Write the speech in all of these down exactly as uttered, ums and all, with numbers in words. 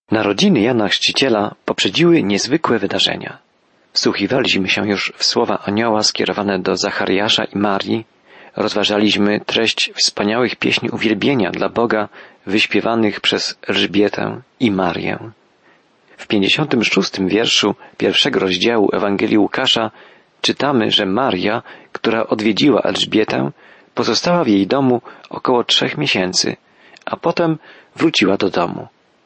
Narodziny Jana Chrzciciela poprzedziły niezwykłe wydarzenia. Wsłuchiwaliśmy się już w słowa anioła skierowane do Zachariasza i Marii, rozważaliśmy treść wspaniałych pieśni uwielbienia dla Boga wyśpiewanych przez Elżbietę i Marię. W pięćdziesiątym szóstym wierszu pierwszego rozdziału Ewangelii Łukasza czytamy, że Maria, która odwiedziła Elżbietę, pozostała w jej domu około trzech miesięcy, a potem wróciła do domu.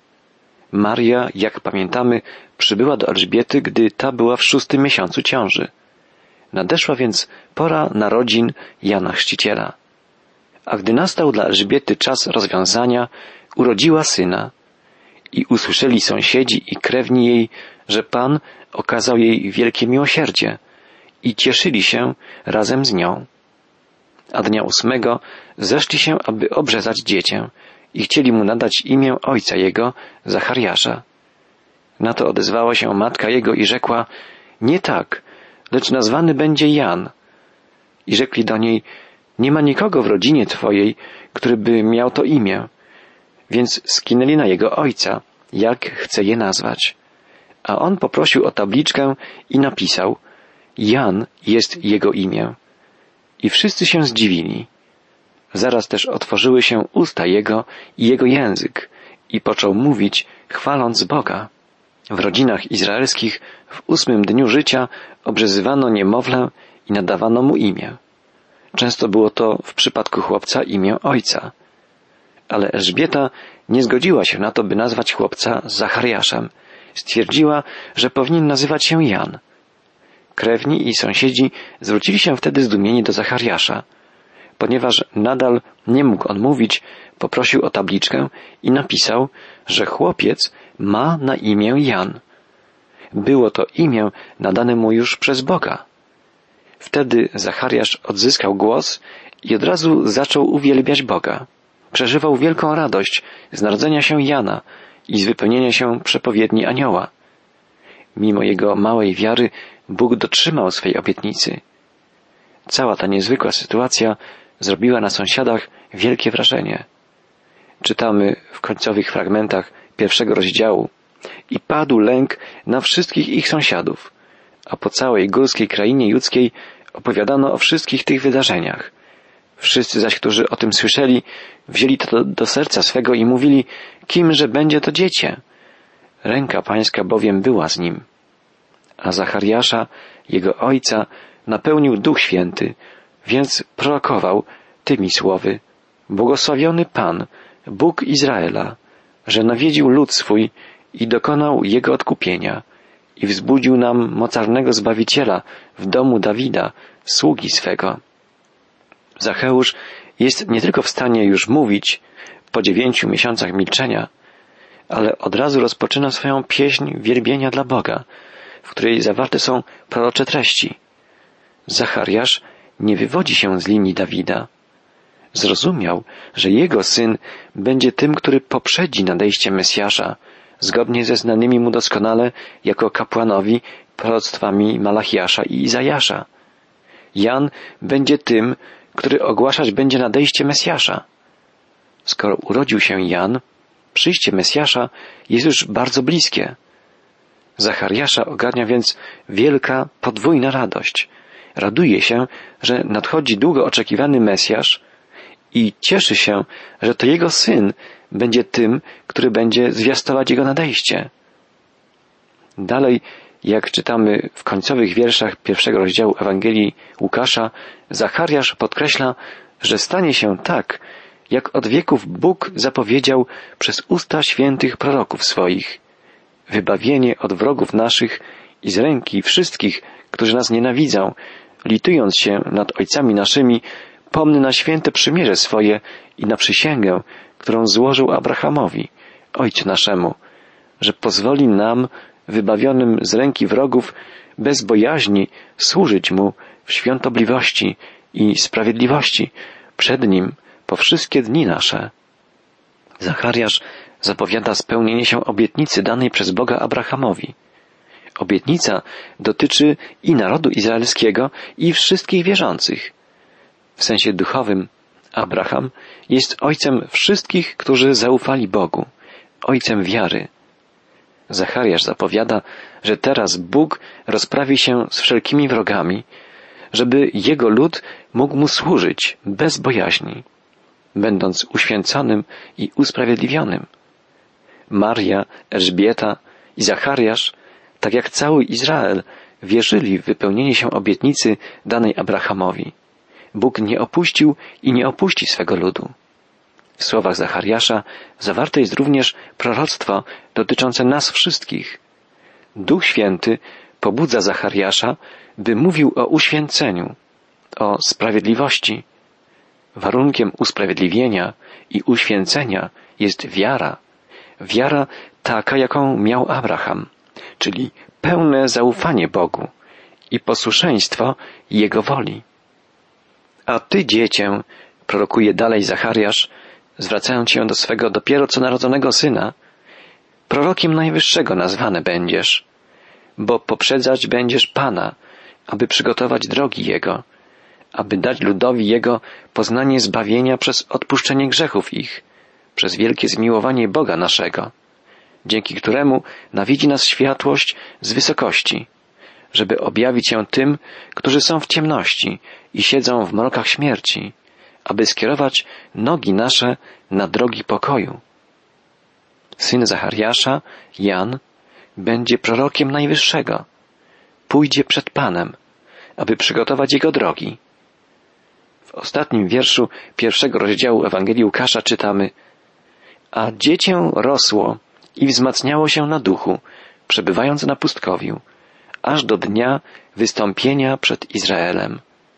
Maria, jak pamiętamy, przybyła do Elżbiety, gdy ta była w szóstym miesiącu ciąży. Nadeszła więc pora narodzin Jana Chrzciciela. A gdy nastał dla Elżbiety czas rozwiązania, urodziła syna i usłyszeli sąsiedzi i krewni jej, że Pan okazał jej wielkie miłosierdzie i cieszyli się razem z nią. A dnia ósmego zeszli się, aby obrzezać dziecię i chcieli mu nadać imię ojca jego, Zachariasza. Na to odezwała się matka jego i rzekła: nie tak, lecz nazwany będzie Jan. I rzekli do niej: nie ma nikogo w rodzinie twojej, który by miał to imię. Więc skinęli na jego ojca, jak chce je nazwać. A on poprosił o tabliczkę i napisał: Jan jest jego imię. I wszyscy się zdziwili. Zaraz też otworzyły się usta jego i jego język i począł mówić, chwaląc Boga. W rodzinach izraelskich w ósmym dniu życia obrzezywano niemowlę i nadawano mu imię. Często było to w przypadku chłopca imię ojca. Ale Elżbieta nie zgodziła się na to, by nazwać chłopca Zachariaszem. Stwierdziła, że powinien nazywać się Jan. Krewni i sąsiedzi zwrócili się wtedy zdumieni do Zachariasza. Ponieważ nadal nie mógł on mówić, poprosił o tabliczkę i napisał, że chłopiec ma na imię Jan. Było to imię nadane mu już przez Boga. Wtedy Zachariasz odzyskał głos i od razu zaczął uwielbiać Boga. Przeżywał wielką radość z narodzenia się Jana i z wypełnienia się przepowiedni anioła. Mimo jego małej wiary Bóg dotrzymał swej obietnicy. Cała ta niezwykła sytuacja zrobiła na sąsiadach wielkie wrażenie. Czytamy w końcowych fragmentach pierwszego rozdziału: i padł lęk na wszystkich ich sąsiadów, a po całej górskiej krainie judzkiej opowiadano o wszystkich tych wydarzeniach. Wszyscy zaś, którzy o tym słyszeli, wzięli to do, do serca swego i mówili, kimże będzie to dziecię? Ręka Pańska bowiem była z nim. A Zachariasza, jego ojca, napełnił Duch Święty, więc prorokował tymi słowy: błogosławiony Pan, Bóg Izraela, że nawiedził lud swój i dokonał jego odkupienia i wzbudził nam mocarnego Zbawiciela w domu Dawida, sługi swego. Zacheusz jest nie tylko w stanie już mówić po dziewięciu miesiącach milczenia, ale od razu rozpoczyna swoją pieśń wielbienia dla Boga, w której zawarte są prorocze treści. Zachariasz nie wywodzi się z linii Dawida. Zrozumiał, że jego syn będzie tym, który poprzedzi nadejście Mesjasza, zgodnie ze znanymi mu doskonale jako kapłanowi proroctwami Malachiasza i Izajasza. Jan będzie tym, który ogłaszać będzie nadejście Mesjasza. Skoro urodził się Jan, przyjście Mesjasza jest już bardzo bliskie. Zachariasza ogarnia więc wielka, podwójna radość. Raduje się, że nadchodzi długo oczekiwany Mesjasz i cieszy się, że to jego syn będzie tym, który będzie zwiastować jego nadejście. Dalej, jak czytamy w końcowych wierszach pierwszego rozdziału Ewangelii Łukasza, Zachariasz podkreśla, że stanie się tak, jak od wieków Bóg zapowiedział przez usta świętych proroków swoich. Wybawienie od wrogów naszych i z ręki wszystkich, którzy nas nienawidzą, litując się nad ojcami naszymi, pomny na święte przymierze swoje i na przysięgę, którą złożył Abrahamowi, ojcu naszemu, że pozwoli nam, wybawionym z ręki wrogów, bez bojaźni służyć Mu w świątobliwości i sprawiedliwości przed Nim po wszystkie dni nasze. Zachariasz zapowiada spełnienie się obietnicy danej przez Boga Abrahamowi. Obietnica dotyczy i narodu izraelskiego, i wszystkich wierzących. W sensie duchowym Abraham jest ojcem wszystkich, którzy zaufali Bogu, ojcem wiary. Zachariasz zapowiada, że teraz Bóg rozprawi się z wszelkimi wrogami, żeby Jego lud mógł Mu służyć bez bojaźni, będąc uświęconym i usprawiedliwionym. Maria, Elżbieta i Zachariasz, tak jak cały Izrael, wierzyli w wypełnienie się obietnicy danej Abrahamowi. Bóg nie opuścił i nie opuści swego ludu. W słowach Zachariasza zawarte jest również proroctwo dotyczące nas wszystkich. Duch Święty pobudza Zachariasza, by mówił o uświęceniu, o sprawiedliwości. Warunkiem usprawiedliwienia i uświęcenia jest wiara. Wiara taka, jaką miał Abraham, czyli pełne zaufanie Bogu i posłuszeństwo Jego woli. A ty, dziecię, prorokuje dalej Zachariasz, zwracając się do swego dopiero co narodzonego syna, prorokiem Najwyższego nazwany będziesz, bo poprzedzać będziesz Pana, aby przygotować drogi Jego, aby dać ludowi Jego poznanie zbawienia przez odpuszczenie grzechów ich, przez wielkie zmiłowanie Boga naszego, dzięki któremu nawiedzi nas światłość z wysokości, żeby objawić się tym, którzy są w ciemności i siedzą w mrokach śmierci, aby skierować nogi nasze na drogi pokoju. Syn Zachariasza, Jan, będzie prorokiem Najwyższego. Pójdzie przed Panem, aby przygotować Jego drogi. W ostatnim wierszu pierwszego rozdziału Ewangelii Łukasza czytamy: A dziecię rosło i wzmacniało się na duchu, przebywając na pustkowiu, aż do dnia wystąpienia przed Izraelem.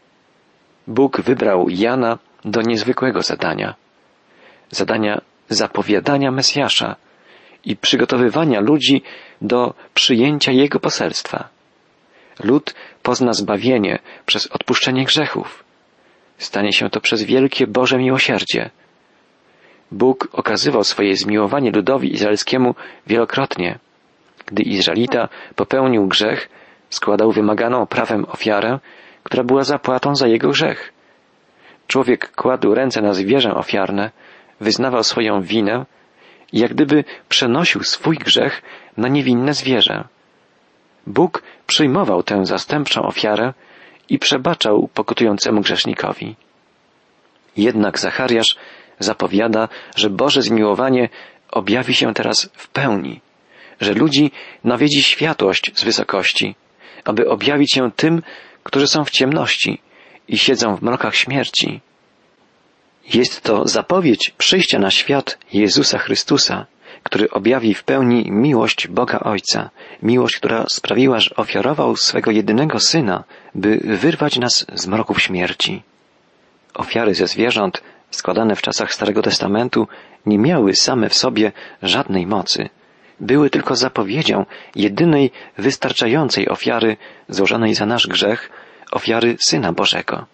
Bóg wybrał Jana do niezwykłego zadania. Zadania zapowiadania Mesjasza i przygotowywania ludzi do przyjęcia Jego poselstwa. Lud pozna zbawienie przez odpuszczenie grzechów. Stanie się to przez wielkie Boże miłosierdzie. Bóg okazywał swoje zmiłowanie ludowi izraelskiemu wielokrotnie. Gdy Izraelita popełnił grzech, składał wymaganą prawem ofiarę, która była zapłatą za jego grzech. Człowiek kładł ręce na zwierzę ofiarne, wyznawał swoją winę i jak gdyby przenosił swój grzech na niewinne zwierzę. Bóg przyjmował tę zastępczą ofiarę i przebaczał pokutującemu grzesznikowi. Jednak Zachariasz zapowiada, że Boże zmiłowanie objawi się teraz w pełni, że ludzi nawiedzi światłość z wysokości, aby objawić się tym, którzy są w ciemności i siedzą w mrokach śmierci. Jest to zapowiedź przyjścia na świat Jezusa Chrystusa, który objawi w pełni miłość Boga Ojca, miłość, która sprawiła, że ofiarował swego jedynego Syna, by wyrwać nas z mroków śmierci. Ofiary ze zwierząt składane w czasach Starego Testamentu nie miały same w sobie żadnej mocy. Były tylko zapowiedzią jedynej wystarczającej ofiary złożonej za nasz grzech, ofiary Syna Bożego.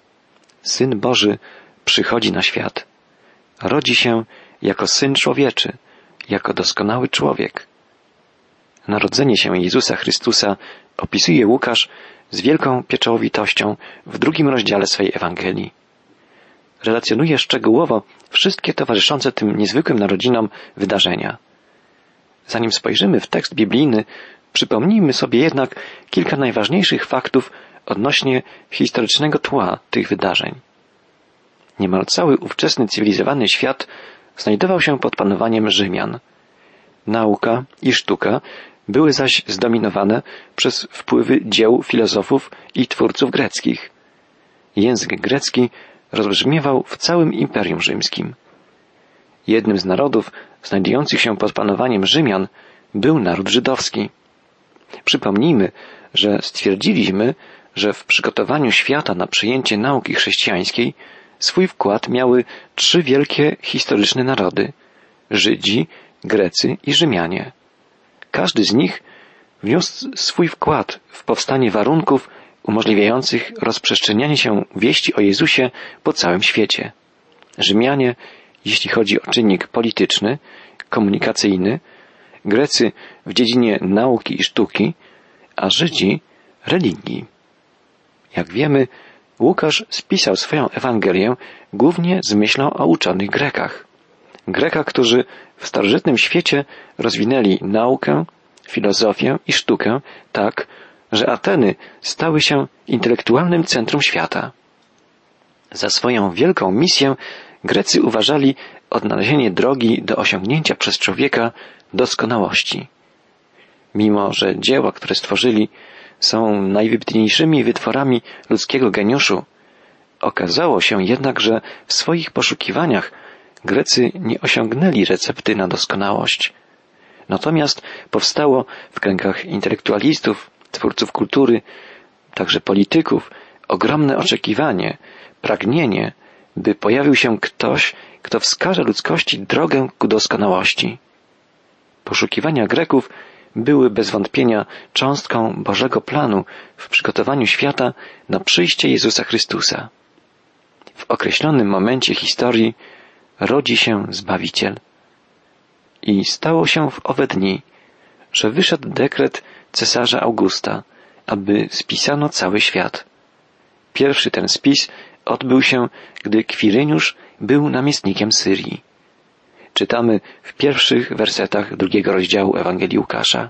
Syn Boży przychodzi na świat. Rodzi się jako Syn Człowieczy, jako doskonały człowiek. Narodzenie się Jezusa Chrystusa opisuje Łukasz z wielką pieczołowitością w drugim rozdziale swej Ewangelii. Relacjonuje szczegółowo wszystkie towarzyszące tym niezwykłym narodzinom wydarzenia. Zanim spojrzymy w tekst biblijny, przypomnijmy sobie jednak kilka najważniejszych faktów odnośnie historycznego tła tych wydarzeń. Niemal cały ówczesny cywilizowany świat znajdował się pod panowaniem Rzymian. Nauka i sztuka były zaś zdominowane przez wpływy dzieł filozofów i twórców greckich. Język grecki rozbrzmiewał w całym Imperium Rzymskim. Jednym z narodów znajdujących się pod panowaniem Rzymian był naród żydowski. Przypomnijmy, że stwierdziliśmy, że w przygotowaniu świata na przyjęcie nauki chrześcijańskiej swój wkład miały trzy wielkie historyczne narody – Żydzi, Grecy i Rzymianie. Każdy z nich wniósł swój wkład w powstanie warunków umożliwiających rozprzestrzenianie się wieści o Jezusie po całym świecie. Rzymianie, jeśli chodzi o czynnik polityczny, komunikacyjny, Grecy w dziedzinie nauki i sztuki, a Żydzi religii. Jak wiemy, Łukasz spisał swoją Ewangelię głównie z myślą o uczonych Grekach. Greka, którzy w starożytnym świecie rozwinęli naukę, filozofię i sztukę tak, że Ateny stały się intelektualnym centrum świata. Za swoją wielką misję Grecy uważali odnalezienie drogi do osiągnięcia przez człowieka doskonałości. Mimo że dzieła, które stworzyli, są najwybitniejszymi wytworami ludzkiego geniuszu, okazało się jednak, że w swoich poszukiwaniach Grecy nie osiągnęli recepty na doskonałość. Natomiast powstało w kręgach intelektualistów, twórców kultury, także polityków, ogromne oczekiwanie, pragnienie, by pojawił się ktoś, kto wskaże ludzkości drogę ku doskonałości. Poszukiwania Greków były bez wątpienia cząstką Bożego planu w przygotowaniu świata na przyjście Jezusa Chrystusa. W określonym momencie historii rodzi się Zbawiciel. I stało się w owe dni, że wyszedł dekret cesarza Augusta, aby spisano cały świat. Pierwszy ten spis odbył się, gdy Kwiryniusz był namiestnikiem Syrii. Czytamy w pierwszych wersetach drugiego rozdziału Ewangelii Łukasza.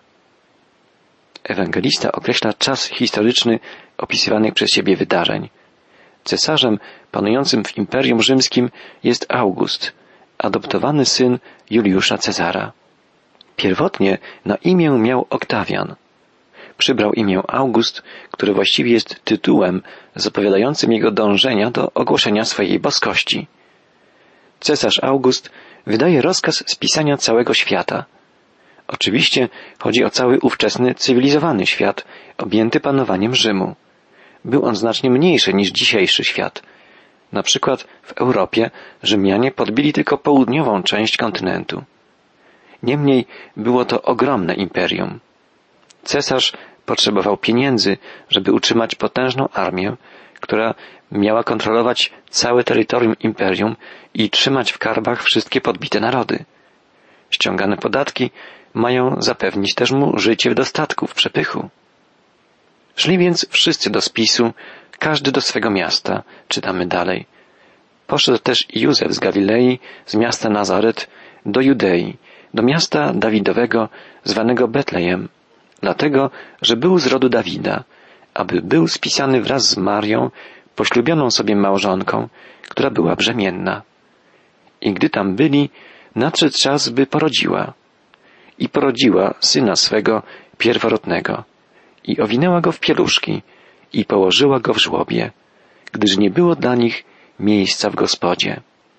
Ewangelista określa czas historyczny opisywanych przez siebie wydarzeń. Cesarzem panującym w Imperium Rzymskim jest August, adoptowany syn Juliusza Cezara. Pierwotnie na imię miał Oktawian. Przybrał imię August, które właściwie jest tytułem zapowiadającym jego dążenia do ogłoszenia swojej boskości. Cesarz August wydaje rozkaz spisania całego świata. Oczywiście chodzi o cały ówczesny cywilizowany świat, objęty panowaniem Rzymu. Był on znacznie mniejszy niż dzisiejszy świat. Na przykład w Europie Rzymianie podbili tylko południową część kontynentu. Niemniej było to ogromne imperium. Cesarz potrzebował pieniędzy, żeby utrzymać potężną armię, która miała kontrolować całe terytorium imperium i trzymać w karbach wszystkie podbite narody. Ściągane podatki mają zapewnić też mu życie w dostatku, w przepychu. Szli więc wszyscy do spisu, każdy do swego miasta, czytamy dalej. Poszedł też Józef z Galilei, z miasta Nazaret, do Judei, do miasta Dawidowego, zwanego Betlejem, dlatego, że był z rodu Dawida, aby był spisany wraz z Marią, poślubioną sobie małżonką, która była brzemienna. I gdy tam byli, nadszedł czas, by porodziła. I porodziła syna swego pierworodnego. I owinęła go w pieluszki i położyła go w żłobie, gdyż nie było dla nich miejsca w gospodzie.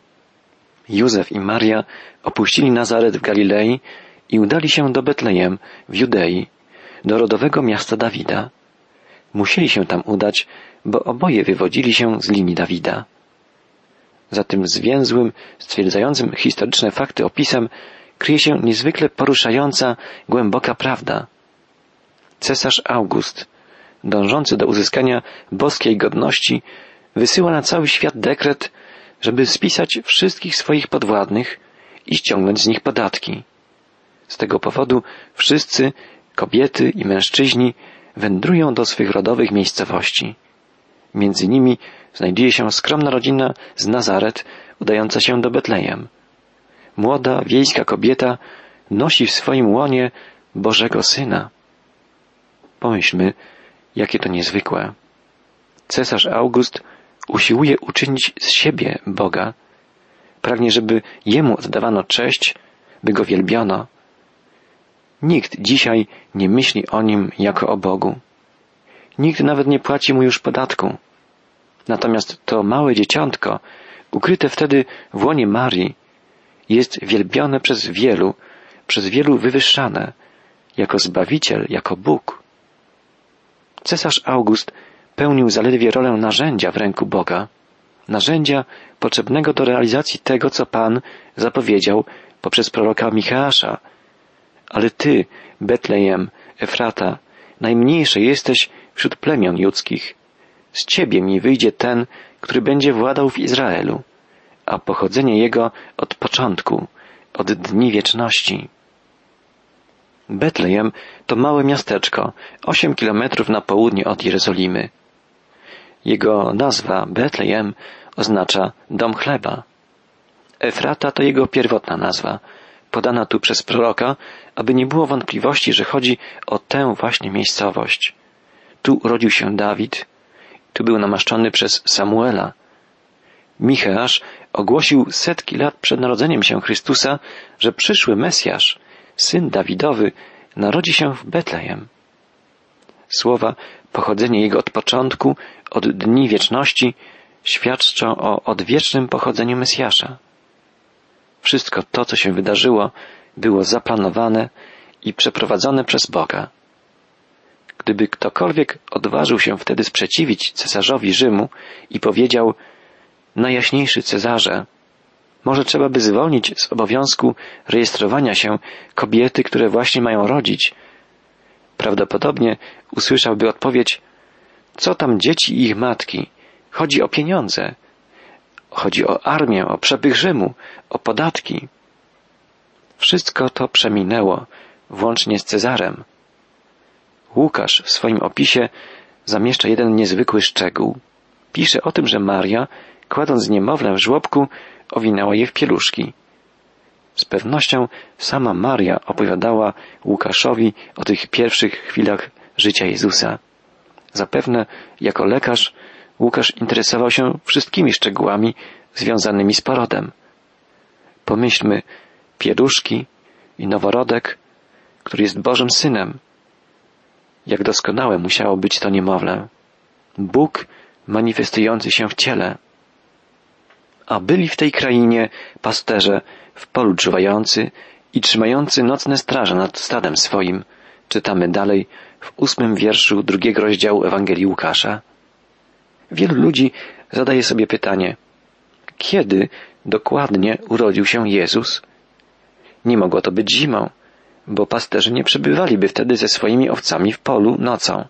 Józef i Maria opuścili Nazaret w Galilei i udali się do Betlejem w Judei, do rodowego miasta Dawida. Musieli się tam udać, bo oboje wywodzili się z linii Dawida. Za tym zwięzłym, stwierdzającym historyczne fakty opisem kryje się niezwykle poruszająca, głęboka prawda. Cesarz August, dążący do uzyskania boskiej godności, wysyła na cały świat dekret, żeby spisać wszystkich swoich podwładnych i ściągnąć z nich podatki. Z tego powodu wszyscy, kobiety i mężczyźni, wędrują do swych rodowych miejscowości. Między nimi znajduje się skromna rodzina z Nazaret, udająca się do Betlejem. Młoda, wiejska kobieta nosi w swoim łonie Bożego Syna. Pomyślmy, jakie to niezwykłe. Cesarz August usiłuje uczynić z siebie Boga. Pragnie, żeby Jemu oddawano cześć, by Go wielbiono. Nikt dzisiaj nie myśli o Nim jako o Bogu. Nikt nawet nie płaci Mu już podatku. Natomiast to małe dzieciątko, ukryte wtedy w łonie Marii, jest wielbione przez wielu, przez wielu wywyższane, jako Zbawiciel, jako Bóg. Cesarz August pełnił zaledwie rolę narzędzia w ręku Boga, narzędzia potrzebnego do realizacji tego, co Pan zapowiedział poprzez proroka Micheasza. Ale ty, Betlejem, Efrata, najmniejszy jesteś wśród plemion ludzkich. Z ciebie mi wyjdzie ten, który będzie władał w Izraelu, a pochodzenie jego od początku, od dni wieczności. Betlejem to małe miasteczko, osiem kilometrów na południe od Jerozolimy. Jego nazwa Betlejem oznacza dom chleba. Efrata to jego pierwotna nazwa, podana tu przez proroka, aby nie było wątpliwości, że chodzi o tę właśnie miejscowość. Tu urodził się Dawid, tu był namaszczony przez Samuela. Micheasz ogłosił setki lat przed narodzeniem się Chrystusa, że przyszły Mesjasz, syn Dawidowy, narodzi się w Betlejem. Słowa pochodzenie jego od początku, od dni wieczności, świadczą o odwiecznym pochodzeniu Mesjasza. Wszystko to, co się wydarzyło, było zaplanowane i przeprowadzone przez Boga. Gdyby ktokolwiek odważył się wtedy sprzeciwić cesarzowi Rzymu i powiedział: Najjaśniejszy Cezarze, może trzeba by zwolnić z obowiązku rejestrowania się kobiety, które właśnie mają rodzić, prawdopodobnie usłyszałby odpowiedź: co tam dzieci i ich matki? Chodzi o pieniądze. Chodzi o armię, o przepych Rzymu, o podatki. Wszystko to przeminęło, włącznie z Cezarem. Łukasz w swoim opisie zamieszcza jeden niezwykły szczegół. Pisze o tym, że Maria, kładąc niemowlę w żłobku, owinęła je w pieluszki. Z pewnością sama Maria opowiadała Łukaszowi o tych pierwszych chwilach życia Jezusa. Zapewne jako lekarz Łukasz interesował się wszystkimi szczegółami związanymi z porodem. Pomyślmy, pieluszki i noworodek, który jest Bożym Synem. Jak doskonałe musiało być to niemowlę. Bóg manifestujący się w ciele. A byli w tej krainie pasterze w polu czuwający i trzymający nocne straże nad stadem swoim. Czytamy dalej w ósmym wierszu drugiego rozdziału Ewangelii Łukasza. Wielu ludzi zadaje sobie pytanie, kiedy dokładnie urodził się Jezus? Nie mogło to być zimą, bo pasterze nie przebywaliby wtedy ze swoimi owcami w polu nocą.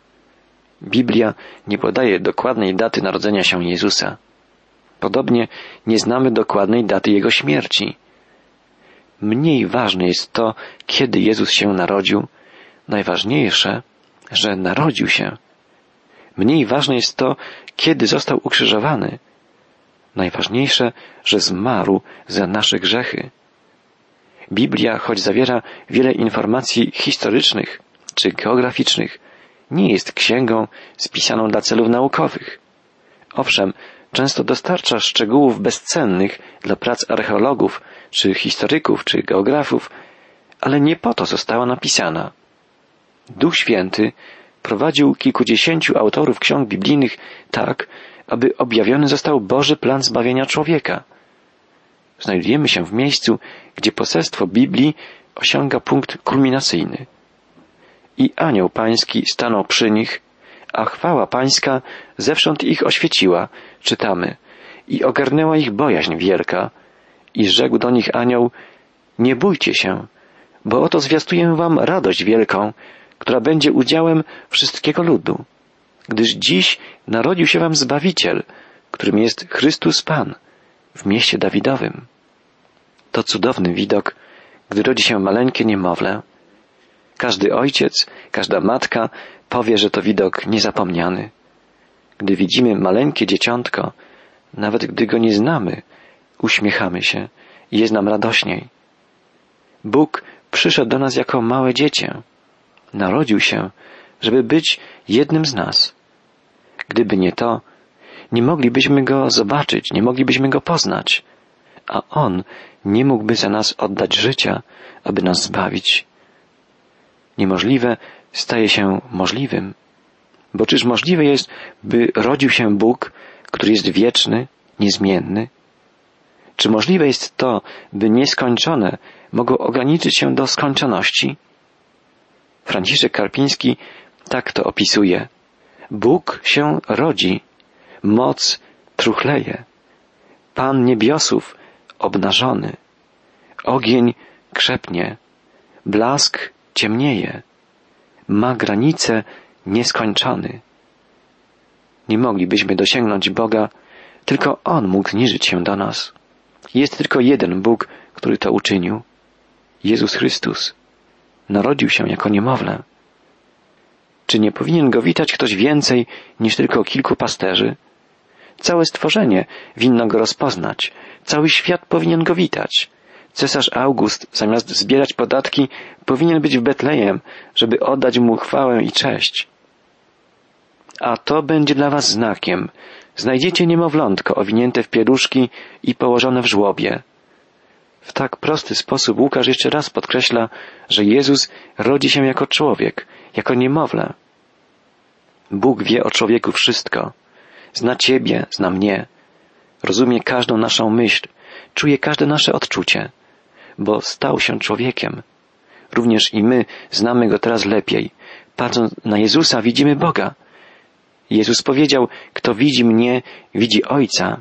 Biblia nie podaje dokładnej daty narodzenia się Jezusa. Podobnie nie znamy dokładnej daty Jego śmierci. Mniej ważne jest to, kiedy Jezus się narodził. Najważniejsze, że narodził się. Mniej ważne jest to, kiedy został ukrzyżowany. Najważniejsze, że zmarł za nasze grzechy. Biblia, choć zawiera wiele informacji historycznych czy geograficznych, nie jest księgą spisaną dla celów naukowych. Owszem, często dostarcza szczegółów bezcennych dla prac archeologów, czy historyków, czy geografów, ale nie po to została napisana. Duch Święty prowadził kilkudziesięciu autorów ksiąg biblijnych tak, aby objawiony został Boży plan zbawienia człowieka. Znajdujemy się w miejscu, gdzie poselstwo Biblii osiąga punkt kulminacyjny. I anioł pański stanął przy nich, a chwała pańska zewsząd ich oświeciła, czytamy, i ogarnęła ich bojaźń wielka. I rzekł do nich anioł: nie bójcie się, bo oto zwiastuję wam radość wielką, która będzie udziałem wszystkiego ludu, gdyż dziś narodził się wam Zbawiciel, którym jest Chrystus Pan, w mieście Dawidowym. To cudowny widok, gdy rodzi się maleńkie niemowlę. Każdy ojciec, każda matka powie, że to widok niezapomniany. Gdy widzimy maleńkie dzieciątko, nawet gdy go nie znamy, uśmiechamy się i jest nam radośniej. Bóg przyszedł do nas jako małe dziecię. Narodził się, żeby być jednym z nas. Gdyby nie to, nie moglibyśmy Go zobaczyć, nie moglibyśmy Go poznać, a On nie mógłby za nas oddać życia, aby nas zbawić. Niemożliwe staje się możliwym. Bo czyż możliwe jest, by rodził się Bóg, który jest wieczny, niezmienny? Czy możliwe jest to, by nieskończone mogło ograniczyć się do skończoności? Franciszek Karpiński tak to opisuje. Bóg się rodzi, moc truchleje, Pan niebiosów obnażony, ogień krzepnie, blask ciemnieje, ma granice nieskończony. Nie moglibyśmy dosięgnąć Boga, tylko On mógł zniżyć się do nas. Jest tylko jeden Bóg, który to uczynił. Jezus Chrystus narodził się jako niemowlę. Czy nie powinien Go witać ktoś więcej niż tylko kilku pasterzy? Całe stworzenie winno go rozpoznać. Cały świat powinien go witać. Cesarz August, zamiast zbierać podatki, powinien być w Betlejem, żeby oddać mu chwałę i cześć. A to będzie dla was znakiem. Znajdziecie niemowlątko owinięte w pieluszki i położone w żłobie. W tak prosty sposób Łukasz jeszcze raz podkreśla, że Jezus rodzi się jako człowiek, jako niemowlę. Bóg wie o człowieku wszystko. Zna ciebie, zna mnie. Rozumie każdą naszą myśl, czuje każde nasze odczucie, bo stał się człowiekiem. Również i my znamy Go teraz lepiej. Patrząc na Jezusa, widzimy Boga. Jezus powiedział, kto widzi mnie, widzi Ojca.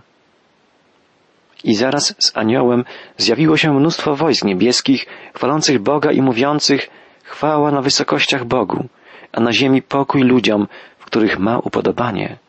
I zaraz z aniołem zjawiło się mnóstwo wojsk niebieskich, chwalących Boga i mówiących, chwała na wysokościach Bogu, a na ziemi pokój ludziom, w których ma upodobanie.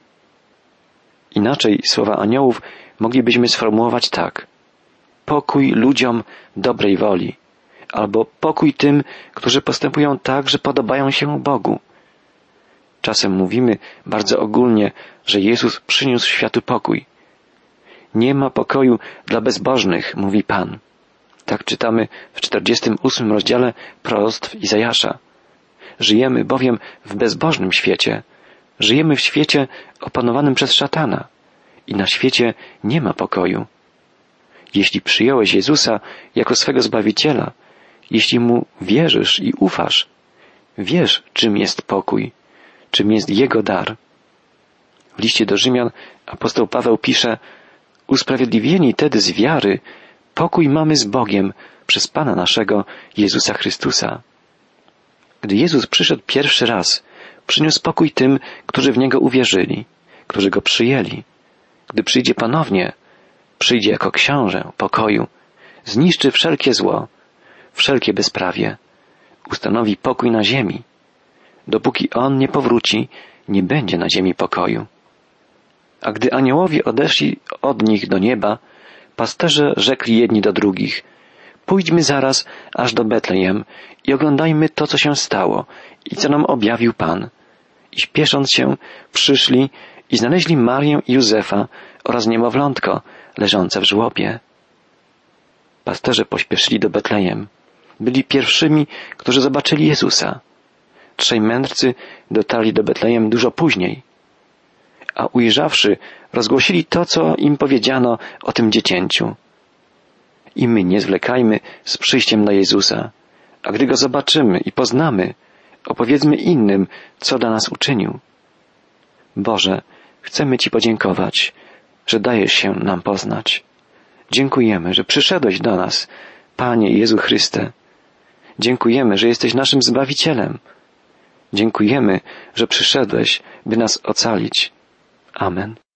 Inaczej słowa aniołów moglibyśmy sformułować tak. Pokój ludziom dobrej woli, albo pokój tym, którzy postępują tak, że podobają się Bogu. Czasem mówimy bardzo ogólnie, że Jezus przyniósł światu pokój. Nie ma pokoju dla bezbożnych, mówi Pan. Tak czytamy w czterdziestym ósmym rozdziale proroctw Izajasza. Żyjemy bowiem w bezbożnym świecie. Żyjemy w świecie opanowanym przez szatana. I na świecie nie ma pokoju. Jeśli przyjąłeś Jezusa jako swego Zbawiciela, jeśli Mu wierzysz i ufasz, wiesz, czym jest pokój, czym jest Jego dar. W liście do Rzymian apostoł Paweł pisze, usprawiedliwieni tedy z wiary, pokój mamy z Bogiem przez Pana naszego Jezusa Chrystusa. Gdy Jezus przyszedł pierwszy raz, przyniósł pokój tym, którzy w Niego uwierzyli, którzy Go przyjęli. Gdy przyjdzie ponownie, przyjdzie jako książę pokoju, zniszczy wszelkie zło, wszelkie bezprawie, ustanowi pokój na ziemi. Dopóki On nie powróci, nie będzie na ziemi pokoju. A gdy aniołowie odeszli od nich do nieba, pasterze rzekli jedni do drugich, pójdźmy zaraz aż do Betlejem i oglądajmy to, co się stało i co nam objawił Pan. I śpiesząc się, przyszli i znaleźli Marię i Józefa oraz niemowlątko leżące w żłobie. Pasterze pośpieszyli do Betlejem. Byli pierwszymi, którzy zobaczyli Jezusa. Trzej mędrcy dotarli do Betlejem dużo później, a ujrzawszy, rozgłosili to, co im powiedziano o tym dziecięciu. I my nie zwlekajmy z przyjściem na Jezusa, a gdy Go zobaczymy i poznamy, opowiedzmy innym, co dla nas uczynił. Boże, chcemy Ci podziękować, że dajesz się nam poznać. Dziękujemy, że przyszedłeś do nas, Panie Jezu Chryste. Dziękujemy, że jesteś naszym Zbawicielem. Dziękujemy, że przyszedłeś, by nas ocalić. Amen.